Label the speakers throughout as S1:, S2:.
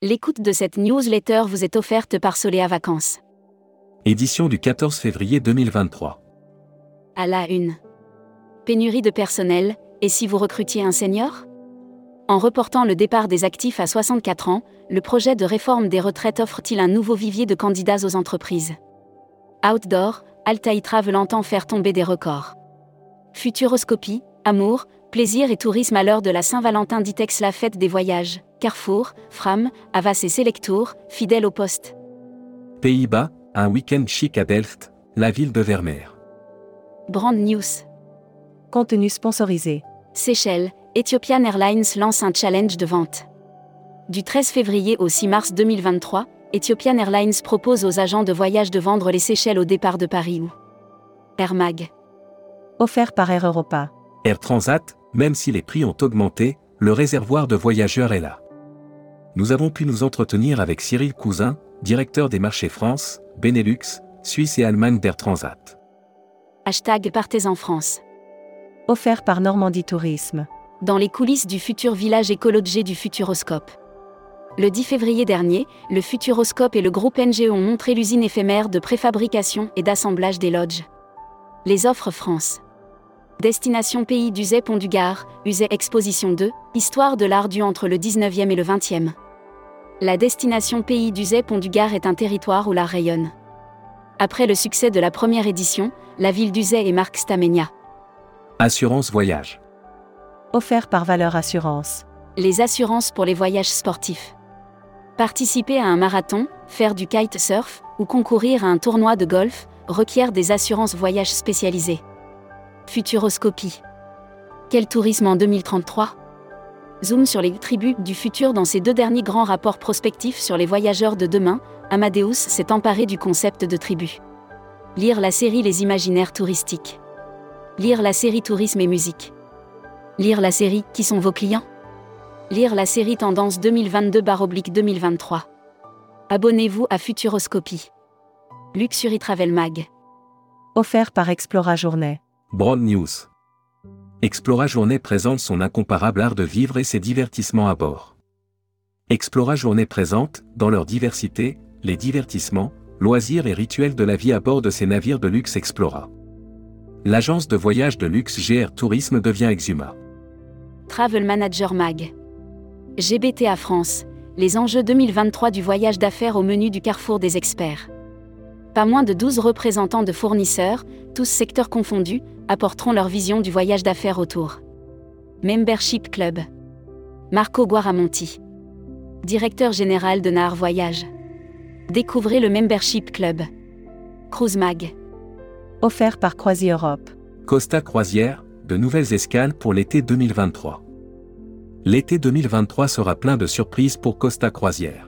S1: L'écoute de cette newsletter vous est offerte par Solea Vacances.
S2: Édition du 14 février 2023.
S1: À la une. Pénurie de personnel, et si vous recrutiez un senior ? En reportant le départ des actifs à 64 ans, le projet de réforme des retraites offre-t-il un nouveau vivier de candidats aux entreprises ? Outdoor, Altaï Travel entend faire tomber des records. Futuroscopie, amour, plaisir et tourisme à l'heure de la Saint-Valentin d'Itex la fête des voyages, Carrefour, Fram, Havas et Selectour, fidèles au poste.
S2: Pays-Bas, un week-end chic à Delft, la ville de Vermeer.
S1: Brand News.
S3: Contenu sponsorisé.
S1: Seychelles, Ethiopian Airlines lance un challenge de vente. Du 13 février au 6 mars 2023, Ethiopian Airlines propose aux agents de voyage de vendre les Seychelles au départ de Paris ou Air Mag.
S3: Offert par Air Europa.
S2: Air Transat, même si les prix ont augmenté, le réservoir de voyageurs est là. Nous avons pu nous entretenir avec Cyril Cousin, directeur des marchés France, Benelux, Suisse et Allemagne d'Air Transat.
S1: Partez en France.
S3: Offert par Normandie Tourisme.
S1: Dans les coulisses du futur village écologé du Futuroscope. Le 10 février dernier, le Futuroscope et le groupe NG ont montré l'usine éphémère de préfabrication et d'assemblage des lodges. Les offres France. Destination pays d'Uzès Pont du Gard, Uzès Exposition 2, Histoire de l'art du entre le 19e et le 20e. La destination pays d'Uzès Pont du Gard est un territoire où l'art rayonne. Après le succès de la première édition, la ville d'Uzès et Marc Stamenia.
S2: Assurance voyage.
S3: Offert par Valeur Assurance.
S1: Les assurances pour les voyages sportifs. Participer à un marathon, faire du kitesurf ou concourir à un tournoi de golf requiert des assurances voyages spécialisées. Futuroscopie. Quel tourisme en 2033 ? Zoom sur les tribus du futur dans ces deux derniers grands rapports prospectifs sur les voyageurs de demain, Amadeus s'est emparé du concept de tribu. Lire la série Les Imaginaires touristiques. Lire la série Tourisme et musique. Lire la série Qui sont vos clients ? Lire la série Tendance 2022/2023. Abonnez-vous à Futuroscopie. Luxury Travel Mag.
S3: Offert par Explora Journée.
S2: Broad News. Explora Journée présente son incomparable art de vivre et ses divertissements à bord. Explora Journée présente, dans leur diversité, les divertissements, loisirs et rituels de la vie à bord de ses navires de luxe Explora. L'agence de voyage de luxe GR Tourisme devient Exuma.
S1: Travel Manager Mag. GBTA France, les enjeux 2023 du voyage d'affaires au menu du carrefour des experts. Pas moins de 12 représentants de fournisseurs, tous secteurs confondus, apporteront leur vision du voyage d'affaires autour. Membership Club. Marco Guaramonti. Directeur général de Nahar Voyage. Découvrez le Membership Club. Cruise Mag.
S3: Offert par Croisi Europe.
S2: Costa Croisière, de nouvelles escales pour l'été 2023. L'été 2023 sera plein de surprises pour Costa Croisière.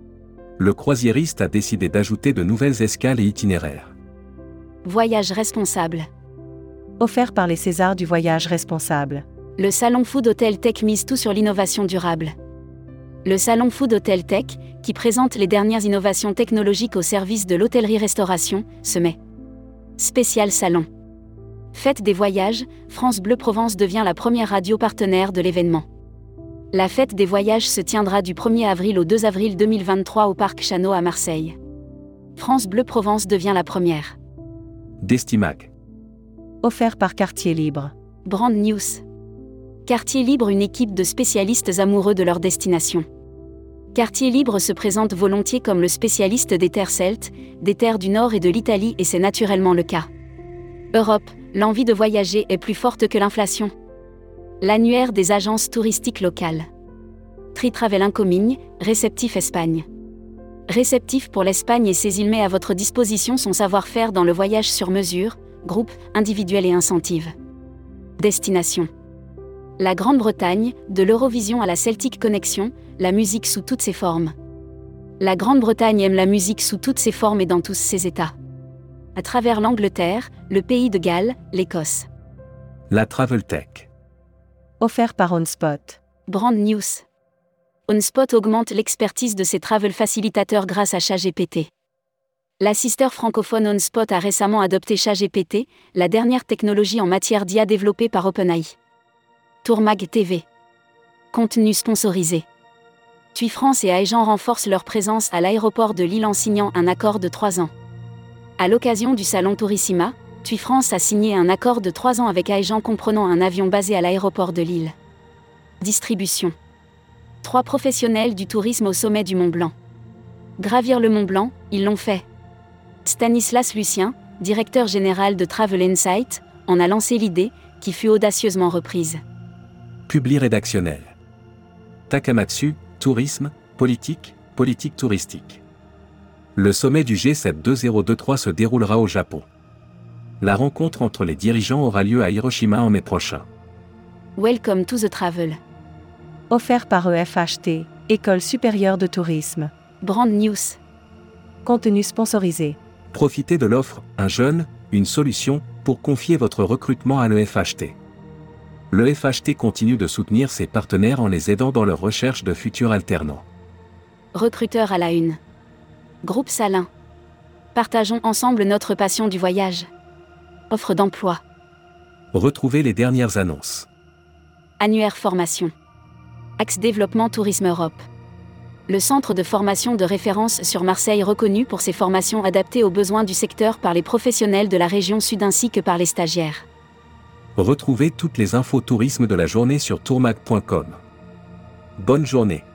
S2: Le croisiériste a décidé d'ajouter de nouvelles escales et itinéraires.
S1: Voyage responsable.
S3: Offert par les Césars du voyage responsable.
S1: Le salon Food Hotel Tech mise tout sur l'innovation durable. Le salon Food Hotel Tech, qui présente les dernières innovations technologiques au service de l'hôtellerie-restauration, se met. Spécial salon. Fête des voyages, France Bleu Provence devient la première radio partenaire de l'événement. La fête des voyages se tiendra du 1er avril au 2 avril 2023 au Parc Chano à Marseille. France Bleu Provence devient la première.
S2: Destimag.
S3: Offert par Quartier Libre.
S1: Brand News. Quartier Libre, une équipe de spécialistes amoureux de leur destination. Quartier Libre se présente volontiers comme le spécialiste des terres celtes, des terres du Nord et de l'Italie, et c'est naturellement le cas. Europe, l'envie de voyager est plus forte que l'inflation. L'annuaire des agences touristiques locales. Tritravel Incomigne, Réceptif Espagne. Réceptif pour l'Espagne et ses îles met à votre disposition son savoir-faire dans le voyage sur mesure, groupe, individuel et incentive. Destination. La Grande-Bretagne, de l'Eurovision à la Celtic Connection, la musique sous toutes ses formes. La Grande-Bretagne aime la musique sous toutes ses formes et dans tous ses états. À travers l'Angleterre, le pays de Galles, l'Écosse.
S2: La Travel Tech.
S3: Offert par OnSpot.
S1: Brand News. OnSpot augmente l'expertise de ses travel facilitateurs grâce à ChatGPT. L'assisteur francophone OnSpot a récemment adopté ChatGPT, la dernière technologie en matière d'IA développée par OpenAI. Tourmag TV. Contenu sponsorisé. TUI France et Aegean renforcent leur présence à l'aéroport de Lille en signant un accord de 3 ans. À l'occasion du salon Tourissima, TUI France a signé un accord de 3 ans avec Aegean comprenant un avion basé à l'aéroport de Lille. Distribution. 3 professionnels du tourisme au sommet du Mont Blanc. Gravir le Mont Blanc, ils l'ont fait. Stanislas Lucien, directeur général de Travel Insight, en a lancé l'idée, qui fut audacieusement reprise.
S2: Publi rédactionnel. Takamatsu, tourisme, politique touristique. Le sommet du G7 2023 se déroulera au Japon. La rencontre entre les dirigeants aura lieu à Hiroshima en mai prochain.
S1: Welcome to the travel.
S3: Offert par EFHT, École supérieure de tourisme.
S1: Brand News.
S3: Contenu sponsorisé.
S2: Profitez de l'offre « Un jeune, une solution » pour confier votre recrutement à l'EFHT. L'EFHT continue de soutenir ses partenaires en les aidant dans leur recherche de futurs alternants.
S1: Recruteur à la une. Groupe Salin. Partageons ensemble notre passion du voyage. Offre d'emploi.
S2: Retrouvez les dernières annonces.
S1: Annuaire formation. Axe développement Tourisme Europe. Le centre de formation de référence sur Marseille reconnu pour ses formations adaptées aux besoins du secteur par les professionnels de la région sud ainsi que par les stagiaires.
S2: Retrouvez toutes les infos tourisme de la journée sur tourmag.com. Bonne journée.